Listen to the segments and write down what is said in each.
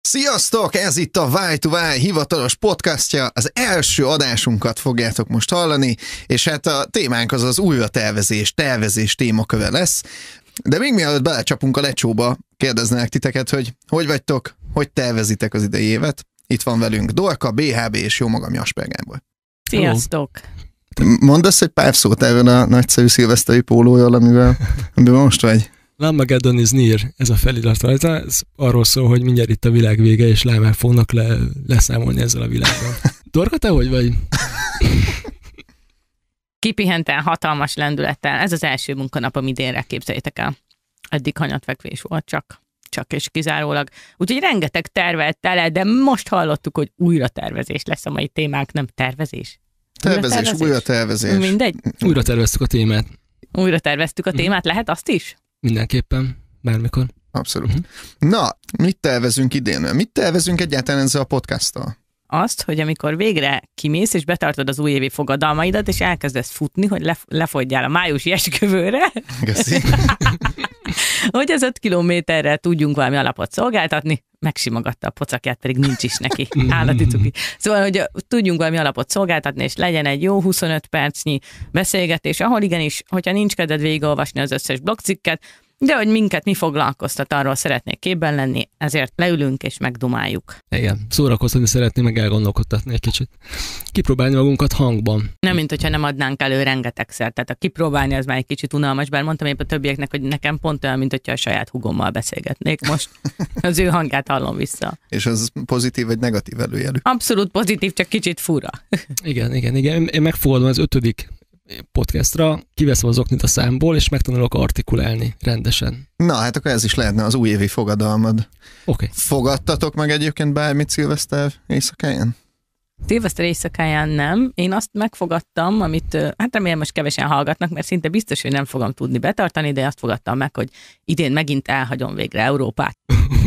Sziasztok! Ez itt a Y2Y hivatalos podcastja. Az első adásunkat fogjátok most hallani, és hát a témánk az újratervezés témaköve lesz. De még mielőtt belecsapunk a lecsóba, kérdeznének titeket, hogy vagytok, hogy tervezitek az idei évet. Itt van velünk Dorka, BHB és jó magam Jasper Gábor. Sziasztok! Mondasz egy pár szót erről a nagyszerű szilveszteri pólóról, amiben most vagy? Armageddon is near, ez a felirat rajta. Ez arról szól, hogy mindjárt itt a világ vége, és lámák fognak leszámolni ezzel a világgal. Dorka, te hogy vagy? Kipihenten, hatalmas lendülettel. Ez az első munkanapom idénre, képzeljétek el. Eddig hanyatvekvés volt csak és kizárólag. Úgyhogy rengeteg tervelt tele, de most hallottuk, hogy újra tervezés lesz a mai témánk, nem tervezés. Újra tervezés. Mindegy. Újra terveztük a témát. Újra terveztük a témát, lehet azt is? Mindenképpen, bármikor. Abszolút. Na, mit tervezünk idén? Mit tervezünk egyáltalán ezzel a podcasttal? Azt, hogy amikor végre kimész, és betartod az újévi fogadalmaidat, és elkezdesz futni, hogy lefogyjál a májusi esküvőre, hogy az 5 kilométerre tudjunk valami alapot szolgáltatni, megsimogatta a pocakját, pedig nincs is neki, állati cuki. Szóval, hogy tudjunk valami alapot szolgáltatni, és legyen egy jó 25 percnyi beszélgetés, ahol igenis, hogyha nincs kedved végigolvasni az összes blogcikket, de hogy minket mi foglalkoztat, arról szeretnék képben lenni, ezért leülünk és megdumáljuk. Igen, szórakoztatni szeretném, meg elgondolkodtatni egy kicsit. Kipróbálni magunkat hangban. Nem, mint hogyha nem adnánk elő rengetegszer. Tehát a kipróbálni az már egy kicsit unalmas, bár mondtam épp a többieknek, hogy nekem pont olyan, mint hogyha a saját hugommal beszélgetnék most. Az ő hangját hallom vissza. És az pozitív vagy negatív előjelű? Abszolút pozitív, csak kicsit fura. Igen. Én megfogadom az 5. podcastra, kiveszem az oknit a számból, és megtanulok artikulálni rendesen. Na, hát akkor ez is lehetne az újévi fogadalmad. Oké. Fogadtatok meg egyébként bármit szilveszter éjszakáján? Szilveszter éjszakáján nem. Én azt megfogadtam, amit hát remélem most kevesen hallgatnak, mert szinte biztos, hogy nem fogom tudni betartani, de azt fogadtam meg, hogy idén megint elhagyom végre Európát.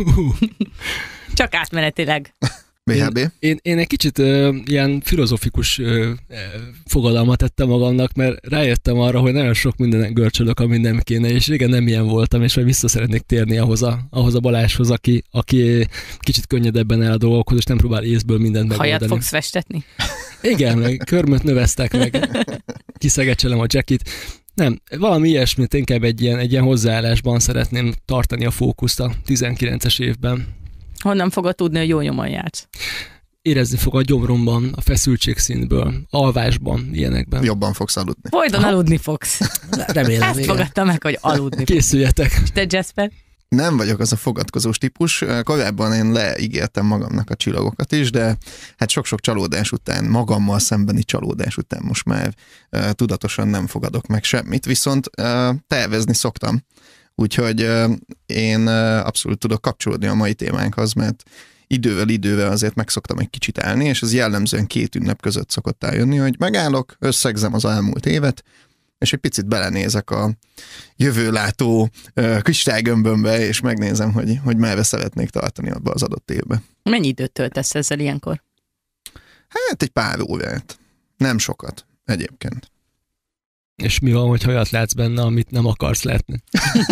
Csak átmenetileg. BHB? Én egy kicsit ilyen filozofikus fogadalmat tettem magamnak, mert rájöttem arra, hogy nagyon sok mindenen görcsölök, ami nem kéne, és régen nem ilyen voltam, és majd vissza szeretnék térni ahhoz a Balázshoz, aki kicsit könnyedebben el a dolgokhoz, és nem próbál észből mindent megoldani. Hajat fogsz festetni? Igen, meg körmöt növesztek meg, kiszegecselem a jackit. Nem, valami ilyesmit, inkább egy ilyen hozzáállásban szeretném tartani a fókuszt a 19-es évben. Honnan fogod tudni, hogy jó nyomon jársz? Érezni fog a gyomromban, a feszültségszintből, alvásban, ilyenekben. Jobban fogsz aludni. Folyton aludni fogsz. Remélem, Ezt fogadtam meg, hogy aludni fogsz. Készüljetek. És te, Jasper? Nem vagyok az a fogadkozós típus. Korábban én leígértem magamnak a csillagokat is, de hát sok-sok csalódás után, magammal szembeni csalódás után most már tudatosan nem fogadok meg semmit, viszont tervezni szoktam. Úgyhogy én abszolút tudok kapcsolódni a mai témánkhoz, mert idővel azért megszoktam egy kicsit állni, és ez jellemzően 2 ünnep között szokott eljönni, hogy megállok, összegzem az elmúlt évet, és egy picit belenézek a jövőlátó kristálygömbömbe, és megnézem, hogy merre szeretnék tartani abba az adott évbe. Mennyi időt töltesz ezzel ilyenkor? Hát egy pár órát. Nem sokat egyébként. És mi van, hogy olyat látsz benne, amit nem akarsz látni?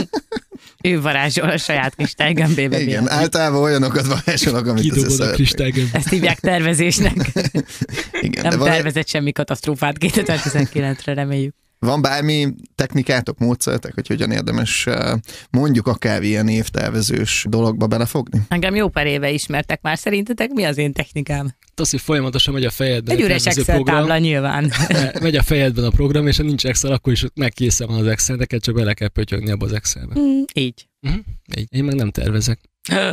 Ő varázsol a saját kristálygömbébe. Igen, általában olyanokat varázsolok, amit kidobod a kristálygömbbe. Ezt hívják tervezésnek. Igen, nem tervezett semmi katasztrófát 2019-re, reméljük. Van bármi technikátok, módszertek, hogy hogyan érdemes mondjuk akár ilyen évtervezős dologba belefogni? Engem jó pár éve ismertek már. Szerintetek mi az én technikám? Az, hogy folyamatosan megy a fejedben. Egy üres Excel tábla nyilván. Megy a fejedben a program, és ha nincs Excel, akkor is megkészen van az Excel, neked csak bele kell pötyögni abba az Excelbe. Így. Így. Én meg nem tervezek.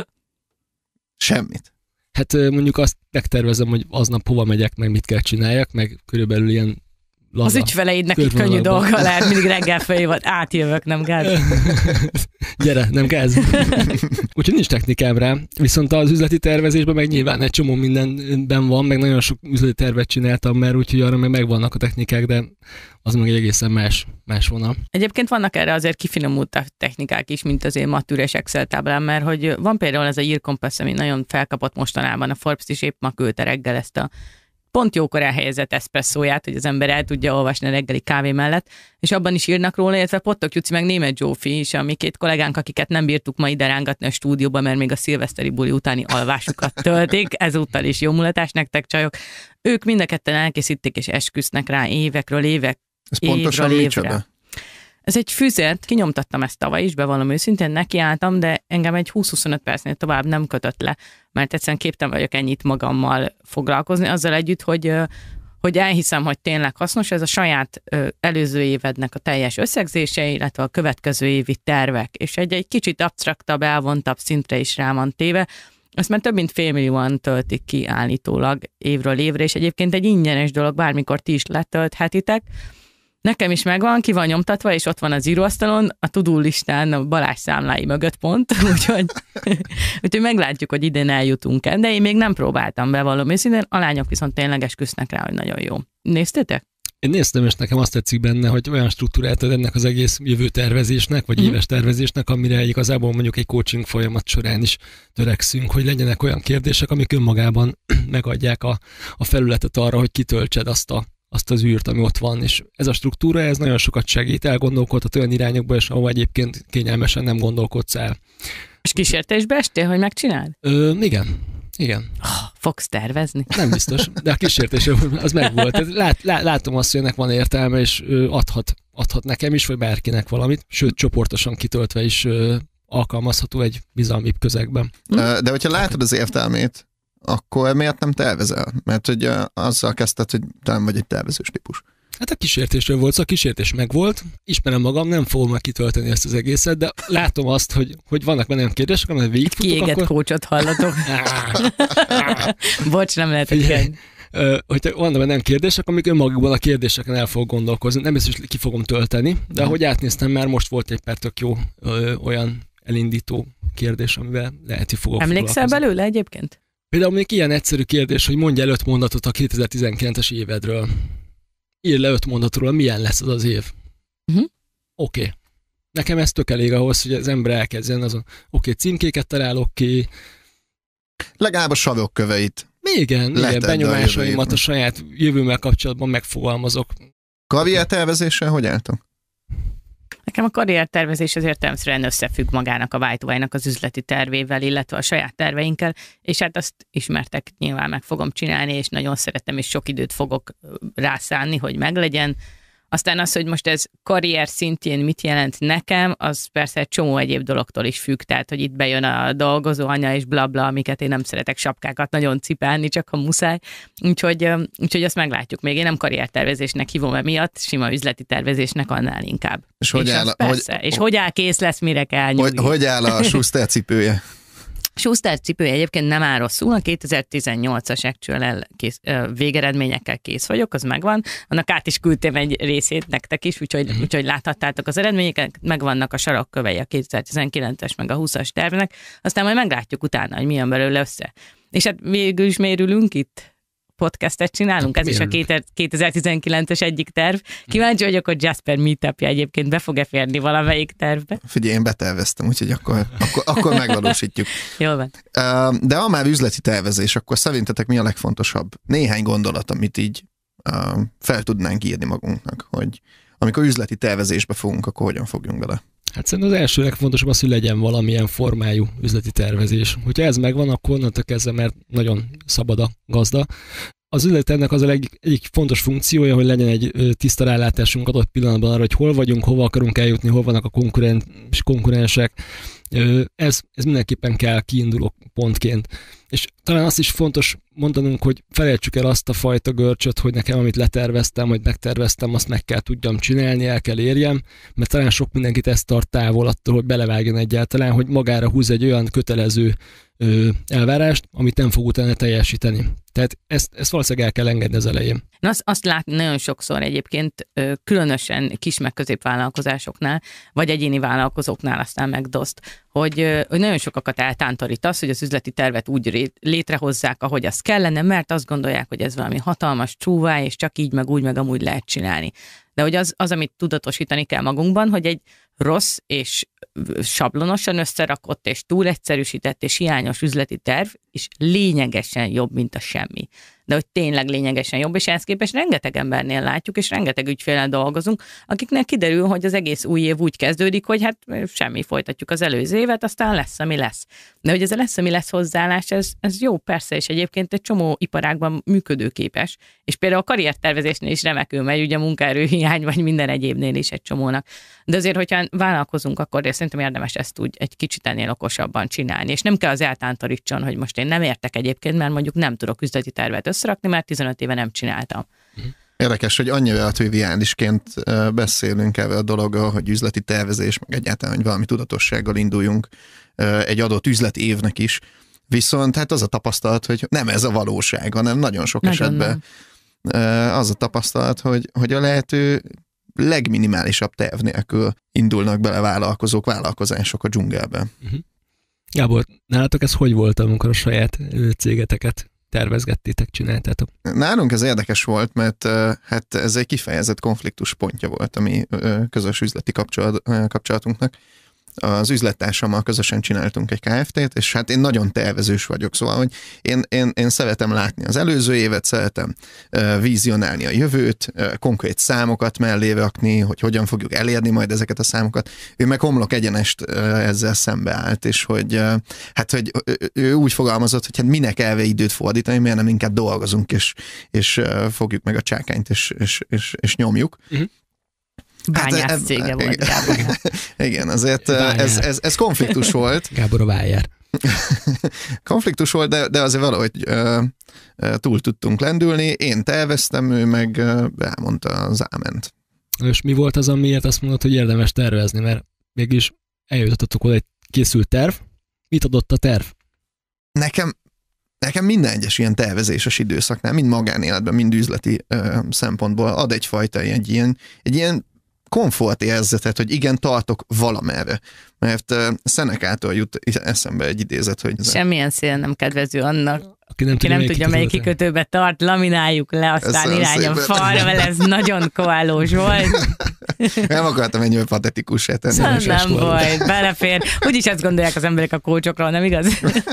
Semmit. Hát mondjuk azt megtervezem, hogy aznap hova megyek, meg mit kell csináljak, meg körülbelül ilyen Az ügyfeleidnek itt könnyű dolga lehet, mindig reggel feljövök, átjövök, nem gáz? Gyere, nem gáz? Úgyhogy nincs technikám rá, viszont az üzleti tervezésben meg nyilván egy csomó mindenben van, meg nagyon sok üzleti tervet csináltam már, úgyhogy arra meg megvannak a technikák, de az meg egy egészen más vonal. Egyébként vannak erre azért kifinomult technikák is, mint az én matűres Excel táblám, mert hogy van például ez a Year Compass, ami nagyon felkapott mostanában, a Forbes is épp ma küldte reggel ezt a pont jókor elhelyezett eszpresszóját, hogy az ember el tudja olvasni a reggeli kávé mellett, és abban is írnak róla, illetve Pottok Juci meg Németh Zsófi is, a mi két kollégánk, akiket nem bírtuk ma ide rángatni a stúdióba, mert még a szilveszteri buli utáni alvásukat töltik, ezúttal is jó mulatás nektek, csajok. Ők mind a ketten elkészítik és esküsznek rá évekről évek. Ez pontosan micsoda? Ez egy füzet, kinyomtattam ezt tavaly is, bevallom őszintén, nekiálltam, de engem egy 20-25 percnél tovább nem kötött le, mert egyszerűen képtelen vagyok ennyit magammal foglalkozni, azzal együtt, hogy elhiszem, hogy tényleg hasznos, ez a saját előző évednek a teljes összegzése, illetve a következő évi tervek, és egy kicsit absztraktabb, elvontabb szintre is rá van téve. Azt már több mint 500 000 töltik ki állítólag évről évre, és egyébként egy ingyenes dolog, bármikor ti is letölthetitek. Nekem is megvan, ki van nyomtatva, és ott van az íróasztalon, a to-do listán, a Balázs számlái mögött pont, úgyhogy meglátjuk, hogy idén eljutunk-e, de én még nem próbáltam, bevallom őszintén, a lányok viszont tényleg esküsznek rá, hogy nagyon jó. Néztétek? Én néztem, és nekem azt tetszik benne, hogy olyan struktúrát ad ennek az egész jövő tervezésnek, vagy éves tervezésnek, amire igazából mondjuk egy coaching folyamat során is törekszünk, hogy legyenek olyan kérdések, amik önmagában megadják a felületet arra, hogy kitöltsed azt az űrt, ami ott van, és ez a struktúra, ez nagyon sokat segít, elgondolkodhat olyan irányokba, és ahol egyébként kényelmesen nem gondolkodsz el. És kísértésbe estél, hogy megcsináld? Igen. Fogsz tervezni? Nem biztos, de a kísértés az megvolt. Látom azt, hogy ennek van értelme, és adhat nekem is, vagy bárkinek valamit, sőt, csoportosan kitöltve is alkalmazható egy bizalmibb közegben. De hogyha látod az értelmét, akkor miért nem tervezel? Mert hogy azzal kezdted, hogy talán vagy egy tervezős típus. Hát a kísértésről volt szó, a kísértés megvolt, ismerem magam, nem fogom meg kitölteni ezt az egészet, de látom azt, hogy vannak bennem kérdések, amelyek végigfutok, kiégett akkor... kócsot hallatok. Bocs, nem lehet egy hogyha vannak bennem kérdések, amik önmagukban a kérdéseken el fogok gondolkozni. Nem biztos, hogy ki fogom tölteni, de ahogy átnéztem, már most volt egy pár tök jó olyan elindító kérdés, amivel lehet, hogy fogok Emlékszel belőle egyébként? Például még ilyen egyszerű kérdés, hogy mondj el 5 mondatot a 2019-es évedről. Írj le 5 mondatról, milyen lesz az év. Oké. Nekem ez tök elég ahhoz, hogy az ember elkezdjen azon. Címkéket találok ki. Legalább a sarokköveit. Igen, benyomásaimat a saját jövőmmel kapcsolatban megfogalmazok. Karriertervezéssel hogy álltok? Nekem a karriertervezés az értelemszerűen összefügg magának a Y2Y-nak az üzleti tervével, illetve a saját terveinkkel, és hát azt ismertek, nyilván meg fogom csinálni, és nagyon szeretem, és sok időt fogok rászánni, hogy meglegyen. Aztán az, hogy most ez karrier szintjén mit jelent nekem, az persze egy csomó egyéb dologtól is függ, tehát hogy itt bejön a dolgozó anya és blabla, amiket én nem szeretek sapkákat nagyon cipelni, csak ha muszáj. Úgyhogy azt meglátjuk még. Én nem karriertervezésnek hívom emiatt, sima üzleti tervezésnek annál inkább. És hogy áll kész lesz, mire kell nyúlni. Hogy áll a Schuster cipője? Schuster cipője egyébként nem áll rosszul, a 2018-as actual végeredményekkel kész vagyok, az megvan. Annak át is küldtem egy részét nektek is, úgyhogy láthattátok az eredményeket, megvannak a sarokkövei a 2019-es meg a 20-as tervnek, aztán majd meglátjuk utána, hogy milyen belőle össze. És hát végül is mérülünk itt, podcastet csinálunk, ez is a 2019-es egyik terv. Kíváncsi vagyok, hogy Jasper meetupja egyébként be fog-e férni valamelyik tervbe. Figyelj, én beterveztem, úgyhogy akkor megvalósítjuk. Jól van. De ha már üzleti tervezés, akkor szerintetek mi a legfontosabb? Néhány gondolat, amit így fel tudnánk írni magunknak, hogy amikor üzleti tervezésbe fogunk, akkor hogyan fogjunk bele? Hát szerintem az első legfontosabb az, hogy legyen valamilyen formájú üzleti tervezés. Hogyha ez megvan, akkor onnantól kezdve, mert nagyon szabad a gazda. Az üzletnek az egyik fontos funkciója, hogy legyen egy tiszta rálátásunk adott pillanatban arra, hogy hol vagyunk, hova akarunk eljutni, hol vannak a konkurensek. Ez mindenképpen kell kiinduló pontként. És talán azt is fontos mondanunk, hogy felejtsük el azt a fajta görcsöt, hogy nekem, amit leterveztem, vagy megterveztem, azt meg kell tudjam csinálni, el kell érjem, mert talán sok mindenkit ezt tart távol attól, hogy belevágjon egyáltalán, hogy magára húz egy olyan kötelező elvárást, amit nem fog utána teljesíteni. Tehát ezt valószínűleg el kell engedni az elején. Azt látni nagyon sokszor egyébként, különösen kis- meg középvállalkozásoknál, vagy egyéni vállalkozóknál aztán megdoszt, hogy nagyon sokakat eltántorít az, hogy az üzleti tervet úgy létrehozzák, ahogy az kellene, mert azt gondolják, hogy ez valami hatalmas csúvá, és csak így, meg úgy, meg amúgy lehet csinálni. De hogy az, amit tudatosítani kell magunkban, hogy egy rossz és sablonosan összerakott, és túl egyszerűsített, és hiányos üzleti terv, és lényegesen jobb, mint a semmi. De hogy tényleg lényegesen jobb, és ehhez képest rengeteg embernél látjuk, és rengeteg ügyféllel dolgozunk, akiknek kiderül, hogy az egész új év úgy kezdődik, hogy hát semmi, folytatjuk az előző évet, aztán lesz, ami lesz. De hogy ez a lesz, ami lesz hozzáállás, ez jó, persze, és egyébként egy csomó iparágban működőképes, és például a karriertervezésnél is remekül megy, ugye a munkaerőhiány, vagy minden egyébnél is egy csomónak. De azért, hogyha vállalkozunk, akkor szerintem érdemes ezt úgy egy kicsit ennél okosabban csinálni, és nem kell az eltántorítson, hogy most én nem értek egyébként, mert mondjuk nem tudok üzleti tervet összerakni, mert 15 éve nem csináltam. Érdekes, hogy annyira triviálisként beszélünk erről a dologról, hogy üzleti tervezés, meg egyáltalán, hogy valami tudatossággal induljunk egy adott üzleti évnek is. Viszont hát az a tapasztalat, hogy nem ez a valóság, hanem nagyon sok esetben az a tapasztalat, hogy a lehető legminimálisabb terv nélkül indulnak bele vállalkozások a dzsungelbe. Gábor, nálatok ez hogy volt, amikor a saját cégeteket tervezgettétek, csináltátok? Nálunk ez érdekes volt, mert hát ez egy kifejezett konfliktus pontja volt a mi közös üzleti kapcsolatunknak. Az üzlettársammal közösen csináltunk egy Kft-t, és hát én nagyon tervezős vagyok, szóval, hogy én szeretem látni az előző évet, szeretem vizionálni a jövőt, konkrét számokat mellé rakni, hogy hogyan fogjuk elérni majd ezeket a számokat. Ő meg homlok egyenest ezzel szembeállt, és hogy hát, hogy ő úgy fogalmazott, hogy hát minek elve időt fordítani, miért nem inkább dolgozunk, és fogjuk meg a csákányt, és nyomjuk. Bányász cége volt Gábor. Igen, azért ez konfliktus volt. Gábor a vájár. Konfliktus volt, de azért valahogy túl tudtunk lendülni. Én terveztem, ő meg elmondta az áment. És mi volt az, amiért azt mondod, hogy érdemes tervezni? Mert mégis eljutottatok oda egy készült terv. Mit adott a terv? Nekem minden egyes ilyen tervezéses időszaknál, mind magánéletben, mind üzleti szempontból ad egyfajta egy ilyen komfortérzetet, hogy igen, tartok valamerre. Mert Szenekától jut eszembe egy idézet, hogy... Semmilyen szél nem kedvező annak, aki nem tudja, melyik kikötőbe tart, lamináljuk le, aztán irányon falra, mert ez nagyon koálós volt. Nem akartam ennyire patetikus tenni. Nem volt, belefér. Úgyis ezt gondolják az emberek a kócsokról, nem igaz?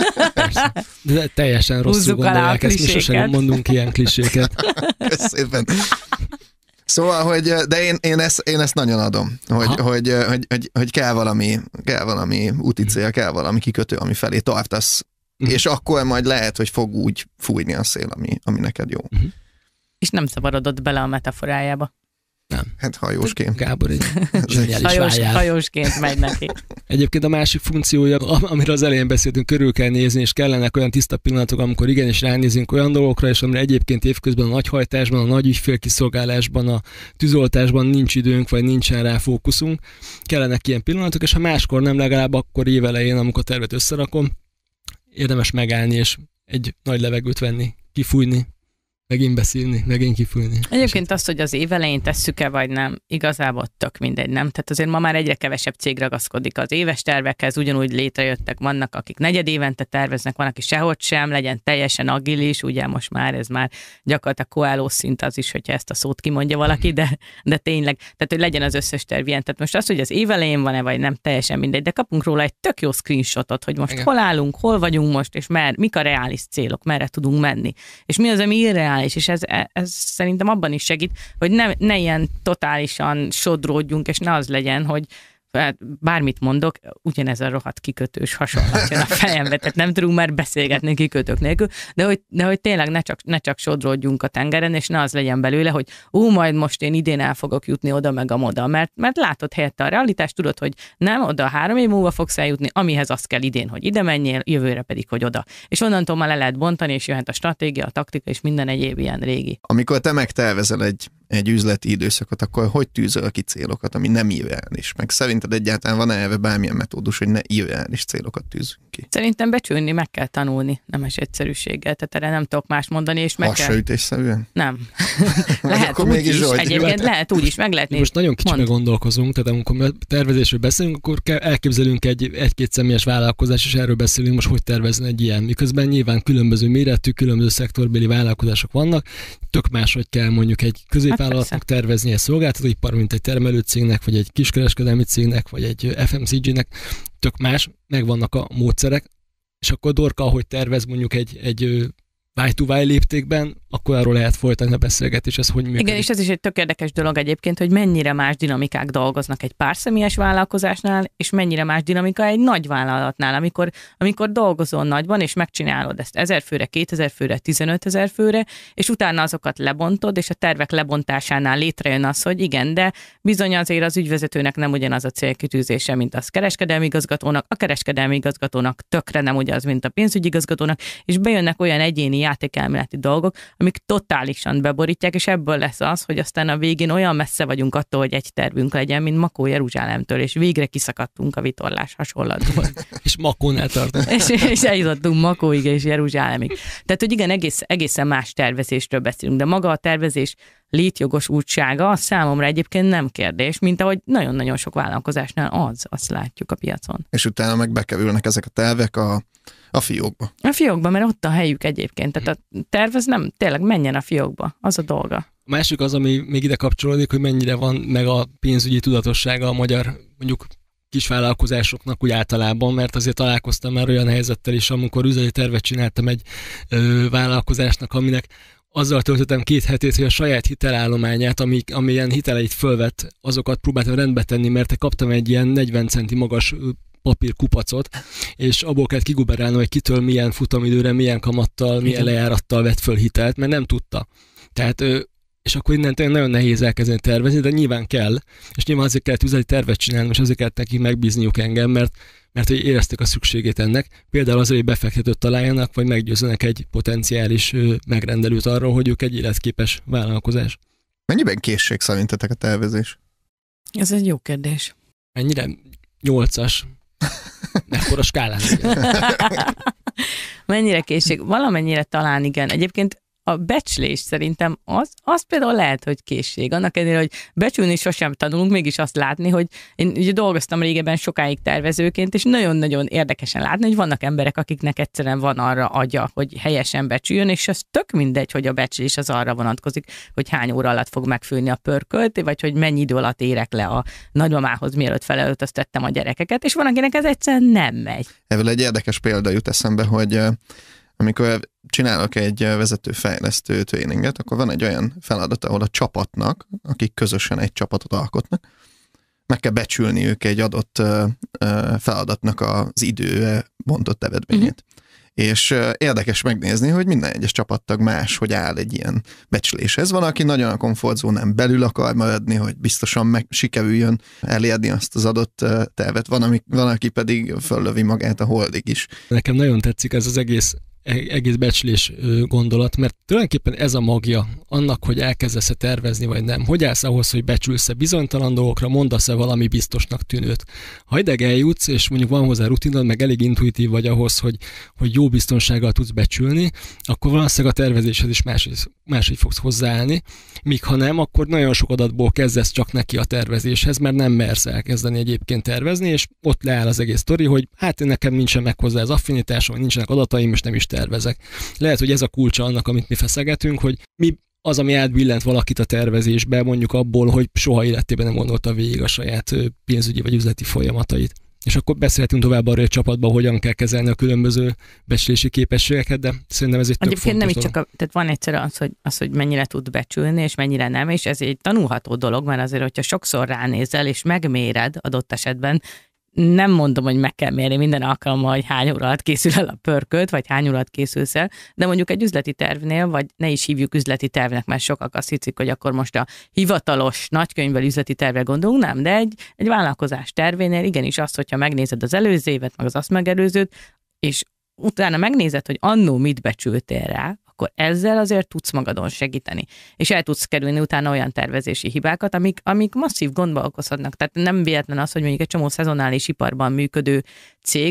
De teljesen rosszul gondolják, ezt mi sosem mondunk ilyen kliséket. Köszönöm. Szóval, de én ezt nagyon adom, hogy kell valami úti cél, kell valami kikötő, ami felé tartasz, és akkor majd lehet, hogy fog úgy fújni a szél, ami neked jó. És nem szavarodott bele a metaforájába. Nem. Hát hajósként. Gábor egy zseniális hajósként megy neki. Egyébként a másik funkciója, amiről az elején beszéltünk, körül kell nézni, és kellenek olyan tiszta pillanatok, amikor igenis ránézünk olyan dolgokra, és amire egyébként évközben a nagyhajtásban, a nagy ügyfélkiszolgálásban, a tűzoltásban nincs időnk, vagy nincsen rá fókuszunk. Kellenek ilyen pillanatok, és ha máskor nem, legalább akkor évelején, amikor tervet összerakom, érdemes megállni, és egy nagy levegőt venni, kifújni, megint beszélni, megint kifújni. Egyébként azt, hogy az év elején tesszük-e, vagy nem, igazából tök mindegy, nem? Tehát azért ma már egyre kevesebb cég ragaszkodik az éves tervekhez, ugyanúgy létrejöttek, vannak, akik negyedévente terveznek, van, aki sehogy sem, legyen teljesen agilis, ugye most már ez már gyakorlatilag koáló szint az is, hogyha ezt a szót kimondja valaki, de tényleg, tehát hogy legyen az összes terv ilyen. Tehát most az, hogy az év elején van-e, vagy nem, teljesen mindegy, de kapunk róla egy tök jó screenshotot, hogy most hol állunk, hol vagyunk most, és mik a reális célok, merre tudunk menni. És mi az, ami irreális, és ez szerintem abban is segít, hogy ne ilyen totálisan sodródjunk, hogy ne az legyen, hogy bármit mondok, ugyanez a rohadt kikötős hasonlat jön a fejembe, tehát nem tudunk már beszélgetni kikötők nélkül, de hogy tényleg ne csak sodródjunk a tengeren, és ne az legyen belőle, hogy majd most én idén el fogok jutni oda meg amoda, mert látod helyette a realitást, tudod, hogy nem, oda 3 év múlva fogsz eljutni, amihez az kell idén, hogy ide menjél, jövőre pedig, hogy oda. És onnantól már le lehet bontani, és jöhet a stratégia, a taktika, és minden egyéb ilyen régi. Amikor te megtervezel egy üzleti időszakot, akkor hogy tűzöl ki célokat, ami nem irreális? Meg szerinted egyáltalán van erre bármilyen metódus, hogy ne irreális célokat tűzünk ki? Szerintem becsülni meg kell tanulni, nemes egyszerűséggel, tehát erre nem tudok más mondani, és meg kell... Hasraütésszerűen? Nem. Lehet úgy is, egyébként lehet úgy is, meg lehet nézni. Most nagyon kicsire gondolkozunk, tehát amikor tervezésről beszélünk, akkor elképzelünk egy-két személyes vállalkozás, és erről beszélünk most, hogy tervezni egy ilyen. Miközben nyilván különböző méretű, különböző szektorbéli vállalkozások vannak, tök máshogy kell mondjuk egy vállalatnak tervezni egy szolgáltatóipar, mint egy termelőcégnek, vagy egy kiskereskedelmi cégnek, vagy egy FMCG-nek, tök más, megvannak a módszerek, és akkor Dorka, ahogy tervez mondjuk egy Y2Y léptékben, akkor arról lehet folytatni a beszélgetés, ez hogy működik. Igen, és ez is egy tök érdekes dolog egyébként, hogy mennyire más dinamikák dolgoznak egy pár személyes vállalkozásnál, és mennyire más dinamika egy nagy vállalatnál, amikor dolgozol nagyban, és megcsinálod ezt 1000 főre, 2000 főre, 15 000 főre, és utána azokat lebontod, és a tervek lebontásánál létrejön az, hogy igen, de bizony azért az ügyvezetőnek nem ugyanaz a célkitűzése, mint az kereskedelmi igazgatónak, a kereskedelmi igazgatónak tökre nem ugyanaz, mint a pénzügyi igazgatónak, és bejönnek olyan egyéni játékelméleti dolgok, amik totálisan beborítják, és ebből lesz az, hogy aztán a végén olyan messze vagyunk attól, hogy egy tervünk legyen, mint Makó Jeruzsálemtől, és végre kiszakadtunk a vitorlás hasonlatból. És Makónál tartunk. és eljutottunk Makóig és Jeruzsálemig. Tehát, hogy igen, egészen más tervezésről beszélünk, de maga a tervezés létjogosultsága az számomra egyébként nem kérdés, mint ahogy nagyon-nagyon sok vállalkozásnál azt látjuk a piacon. És utána meg bekerülnek ezek a tervek a fiókba. A fiókba, mert ott a helyük egyébként. Tehát a terv az nem, tényleg menjen a fiókba, az a dolga. A másik az, ami még ide kapcsolódik, hogy mennyire van meg a pénzügyi tudatossága a magyar, mondjuk kisvállalkozásoknak úgy általában, mert azért találkoztam már olyan helyzettel is, amikor üzleti tervet csináltam egy vállalkozásnak, aminek azzal töltöttem 2 hetét, hogy a saját hitelállományát, amilyen hiteleit fölvett, azokat próbáltam rendbe tenni, mert kaptam egy ilyen 40 centi magas papírkupacot, és abból kellett kiguberálnom, hogy kitől milyen futamidőre, milyen kamattal, milyen lejárattal vett föl hitelt, mert nem tudta. Tehát, és akkor innentől nagyon nehéz elkezdeni tervezni, de nyilván kell, és nyilván azért kellett üzleti tervet csinálni, és azért kellett nekik megbízniuk engem, mert hogy érezték a szükségét ennek. Például azért, hogy befektetőt találjanak, vagy meggyőzzenek egy potenciális megrendelőt arról, hogy ők egy életképes vállalkozás. Mennyiben készség szerintetek a tervezés? Ez egy jó kérdés. Mennyire? 8-as. Mekkora skálán? Mennyire készség? Valamennyire talán igen. Egyébként a becslés szerintem az például lehet, hogy készség. Annak ellenére, hogy becsülni sosem tanulunk, mégis azt látni, hogy én ugye dolgoztam régebben sokáig tervezőként, és nagyon-nagyon érdekesen látni, hogy vannak emberek, akiknek egyszerűen van arra agya, hogy helyesen becsüljön, és az tök mindegy, hogy a becslés az arra vonatkozik, hogy hány óra alatt fog megfőni a pörkölt, vagy hogy mennyi idő alatt érek le a nagymamához, mielőtt felöltöztettem a gyerekeket, és van, akinek ez egyszerűen nem megy. Ebből egy érdekes példa jut eszembe, hogy amikor csinálok egy vezetőfejlesztő tréninget, akkor van egy olyan feladat, ahol a csapatnak, akik közösen egy csapatot alkotnak, meg kell becsülni ők egy adott feladatnak az időre bontott eredményét. És érdekes megnézni, hogy minden egyes csapattag más, hogy áll egy ilyen becsléshez. Van, aki nagyon a komfortzónán belül akar maradni, hogy biztosan sikerüljön elérni azt az adott tervet. Van, aki pedig föllövi magát a holdig is. Nekem nagyon tetszik ez az egész becslés gondolat, mert tulajdonképpen ez a magja annak, hogy elkezdesz-e tervezni, vagy nem. Hogy állsz ahhoz, hogy becsülsz-e bizonytalan dolgokra, mondasz-e valami biztosnak tűnőt. Ha ideg eljutsz, és mondjuk van hozzá rutinod, meg elég intuitív vagy ahhoz, hogy jó biztonsággal tudsz becsülni, akkor valószínűleg a tervezéshez is máshogy fogsz hozzáállni, míg ha nem, akkor nagyon sok adatból kezdesz csak neki a tervezéshez, mert nem mersz elkezdeni egyébként tervezni, és ott leáll az egész sztori, hogy hát nekem nincsen meg hozzá az affinitásom, vagy nincsenek adataim, és nem is tervezek. Lehet, hogy ez a kulcsa annak, amit mi feszegetünk, hogy mi az, ami átbillent valakit a tervezésbe, mondjuk abból, hogy soha életében nem gondolta végig a saját pénzügyi vagy üzleti folyamatait. És akkor beszélhetünk tovább arról, hogy a csapatban hogyan kell kezelni a különböző becslési képességeket, de szerintem ez egy tök egyébként nem fontos is csak tehát van egyszerűen az, hogy mennyire tud becsülni, és mennyire nem, és ez egy tanulható dolog, mert azért, hogyha sokszor ránézel, és megméred adott esetben, nem mondom, hogy meg kell mérni minden alkalommal, hogy hány óra alatt készül el a pörkölt, vagy hány óra alatt készülsz el, de mondjuk egy üzleti tervnél, vagy ne is hívjuk üzleti tervnek, mert sokak azt hiszik, hogy akkor most a hivatalos nagykönyvvel üzleti tervre gondolunk, nem, de egy vállalkozás tervénél igenis azt, hogyha megnézed az előző évet, meg az azt megelőzőt, és utána megnézed, hogy annó mit becsültél rá, akkor ezzel azért tudsz magadon segíteni. És el tudsz kerülni utána olyan tervezési hibákat, amik masszív gondba okozhatnak. Tehát nem véletlen az, hogy mondjuk egy csomó szezonális iparban működő cég,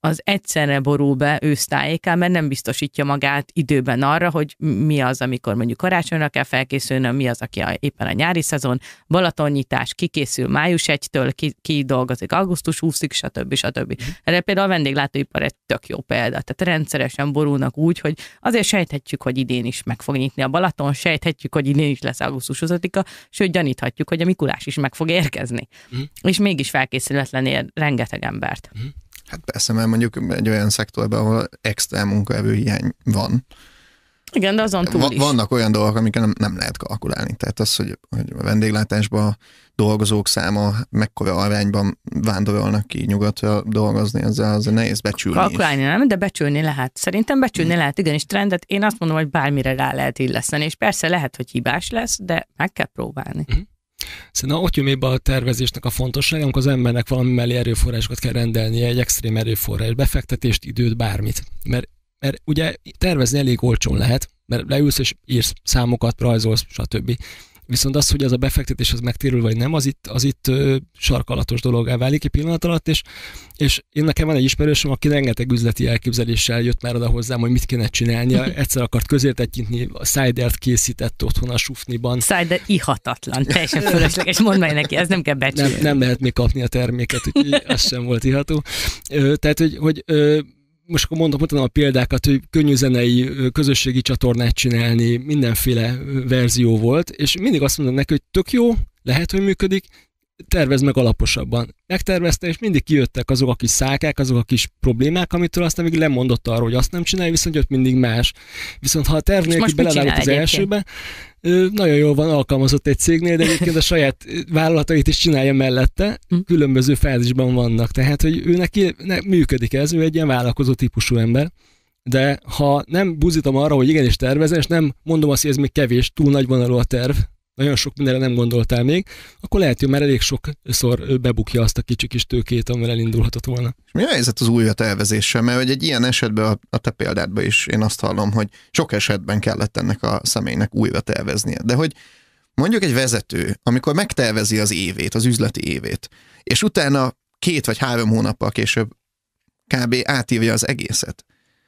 az egyszerre borul be ősztájékán, mert nem biztosítja magát időben arra, hogy mi az, amikor mondjuk karácsonyra kell felkészülnöm, mi az, aki éppen a nyári szezon, Balatonnyitás, kikészül május 1-től, ki dolgozik augusztus 20-ig, stb. Erre például a vendéglátóipar egy tök jó példa. Tehát rendszeresen borulnak úgy, hogy azért sejthetjük, hogy idén is meg fog nyitni a Balaton, sejthetjük, hogy idén is lesz augusztus 20-a, sőt gyaníthatjuk, hogy a Mikulás is meg fog érkezni. És mégis felkészületlen ér rengeteg embert. Hát persze, mert mondjuk egy olyan szektorban, ahol extra munkaerő hiány van. Igen, de azon túl is. Vannak olyan dolgok, amiket nem lehet kalkulálni. Tehát az, hogy a vendéglátásban dolgozók száma mekkora arányban vándorolnak ki nyugatra dolgozni, az nehéz becsülni. Kalkulálni nem, de becsülni lehet. Szerintem becsülni lehet, igenis trendet. Én azt mondom, hogy bármire rá lehet illeszteni, és persze lehet, hogy hibás lesz, de meg kell próbálni. Szerintem ott jön be a tervezésnek a fontossága, amikor az embernek valami mellé erőforrásokat kell rendelnie, egy extrém erőforrás, befektetést, időt, bármit. Mert ugye tervezni elég olcsón lehet, mert leülsz és írsz számokat, rajzolsz, stb. Viszont az, hogy az a befektetés az megtérül vagy nem, az itt sarkalatos dologgá válik egy pillanat alatt, és én nekem van egy ismerősöm, aki rengeteg üzleti elképzeléssel jött már oda hozzám, hogy mit kéne csinálnia. Egyszer akart közértet nyitni, a cidert készített otthon a sufniban. Cider ihatatlan, teljesen fölösleges, mondd meg neki, ez nem kell becsülni. Nem lehet még kapni a terméket, úgyhogy az sem volt iható. Tehát, hogy most akkor mondtam a példákat, hogy könnyű zenei közösségi csatornát csinálni, mindenféle verzió volt, és mindig azt mondom neki, hogy tök jó, lehet, hogy működik, tervezd meg alaposabban. Megtervezte, és mindig kijöttek azok a kis szálkák, azok a kis problémák, amitől aztán még lemondott arról, hogy azt nem csinálja, viszont jött mindig más. Viszont ha a terv nélkül belevágott az elsőbe, nagyon jól van alkalmazott egy cégnél, de egyébként a saját vállalatait is csinálja mellette, különböző fázisban vannak. Tehát, hogy ő neki működik ez, ő egy ilyen vállalkozó típusú ember. De ha nem buzítom arra, hogy igenis tervezem, és nem mondom azt, hogy ez még kevés, túl nagyvonalú a terv, nagyon sok mindenre nem gondoltál még, akkor lehet, hogy már elég sokszor bebukja azt a kicsi kis tőkét, amivel elindulhatott volna. És mi a helyzet az újratervezéssel? Mert hogy egy ilyen esetben a te példádban is én azt hallom, hogy sok esetben kellett ennek a személynek újra terveznie. De hogy mondjuk egy vezető, amikor megtervezi az évét, az üzleti évét, és utána 2 vagy 3 hónappal később kb. Átírja az egészet.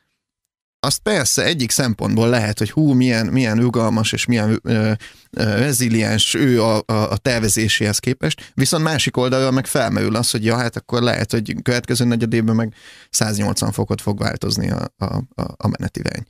Azt persze egyik szempontból lehet, hogy milyen rugalmas és milyen reziliens ő a tervezéséhez képest, viszont másik oldalról meg felmerül az, hogy ja, hát akkor lehet, hogy következő negyedében meg 180 fokot fog változni a menetirány.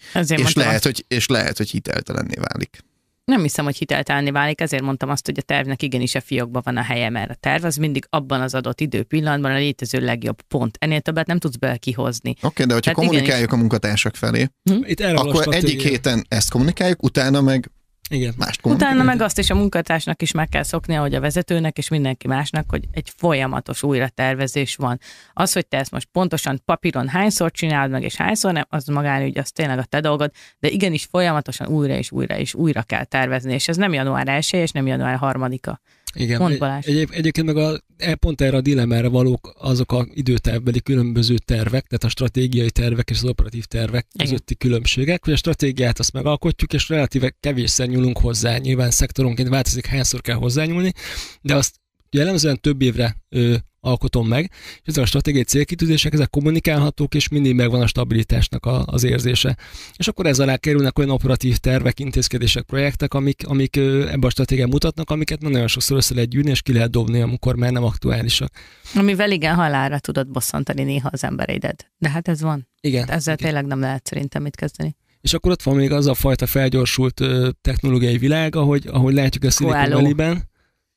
És lehet, hogy hiteltelenné válik. Nem hiszem, hogy hiteltelenné válik, ezért mondtam azt, hogy a tervnek igenis a fiókban van a helye, mert a terv az mindig abban az adott időpillanatban a létező legjobb pont. Ennél többet nem tudsz bele kihozni. Oké, de hogyha kommunikáljuk a munkatársak felé, akkor egyik héten ezt kommunikáljuk, utána meg mást kommunikáljuk. Utána meg azt is a munkatársnak is meg kell szoknia, hogy a vezetőnek és mindenki másnak, hogy egy folyamatos újratervezés van. Az, hogy te ezt most pontosan papíron hányszor csinálod meg, és hányszor nem, az magánügy, az tényleg a te dolgod, de igenis folyamatosan újra kell tervezni, és ez nem január 1 és nem január 3-a. Igen, egyébként meg pont erre a dilemmára valók azok az időtervbeli különböző tervek, tehát a stratégiai tervek és az operatív tervek közötti különbségek, hogy a stratégiát azt megalkotjuk, és relatíve kevésszer nyúlunk hozzá, nyilván szektoronként változik, hányszor kell hozzányúlni, de azt jellemzően több évre alkotom meg, és ezek a stratégiai célkitűzések, ezek kommunikálhatók, és mindig megvan a stabilitásnak az érzése. És akkor ez alá kerülnek olyan operatív tervek, intézkedések, projektek, amik ebben a stratégián mutatnak, amiket nagyon sokszor össze lehet gyűrni, és ki lehet dobni, amikor már nem aktuálisak. Amivel igen, halálra tudod bosszantani néha az embereidet. De hát ez van. Igen. Ezzel tényleg nem lehet szerintem mit kezdeni. És akkor ott van még az a fajta felgyorsult technológiai világ, ahogy látjuk a Silicon Valley-ben.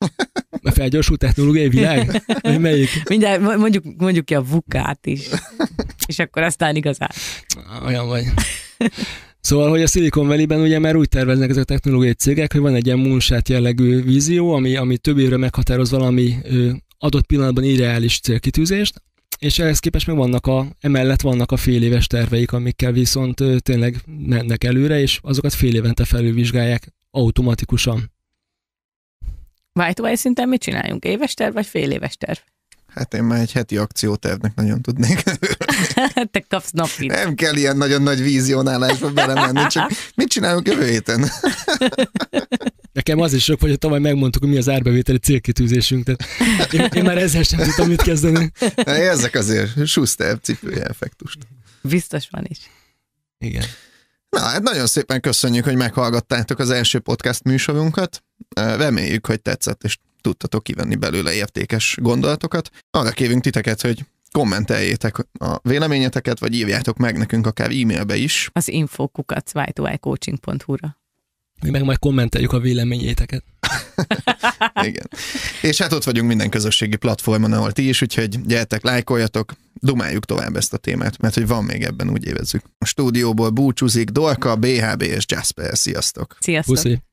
A felgyorsult technológiai világ? Vagy melyik? Mindjárt mondjuk ki a VUCA-t is. És akkor aztán igazán. Olyan vagy. Szóval, hogy a Silicon Valley-ben ugye már úgy terveznek ezek a technológiai cégek, hogy van egy ilyen moonshot jellegű vízió, ami több évre meghatároz valami adott pillanatban irreális célkitűzést, és ehhez képest meg emellett vannak a fél éves terveik, amikkel viszont tényleg mennek előre, és azokat fél évente felülvizsgálják automatikusan. Y2Y szinten mit csináljunk? Éves terv vagy fél éves terv? Hát én már egy heti akciótervnek nagyon tudnék. Te kapsz napit. Nem kell ilyen nagyon nagy vízionálásba belemenni, csak mit csinálunk jövő héten? Nekem az is sok, hogy tavaly megmondtuk, hogy mi az árbevételi célkitűzésünk, tehát én már ezzel sem tudtam mit kezdeni. Érzek azért Schuster cipője effektust. Biztos van is. Igen. Na, hát nagyon szépen köszönjük, hogy meghallgattátok az első podcast műsorunkat. Reméljük, hogy tetszett, és tudtatok kivenni belőle értékes gondolatokat. Arra kérünk titeket, hogy kommenteljétek a véleményeteket, vagy írjátok meg nekünk akár e-mailbe is. Az info@y2ycoaching.hu-ra. Mi meg majd kommenteljük a véleményéteket. Igen. És hát ott vagyunk minden közösségi platformon, ahol ti is, úgyhogy gyertek, lájkoljatok, dumáljuk tovább ezt a témát, mert hogy van még ebben, úgy érezzük. A stúdióból búcsúzik Dorka, BHB és Jasper. Sziasztok! Sziasztok! Puszi.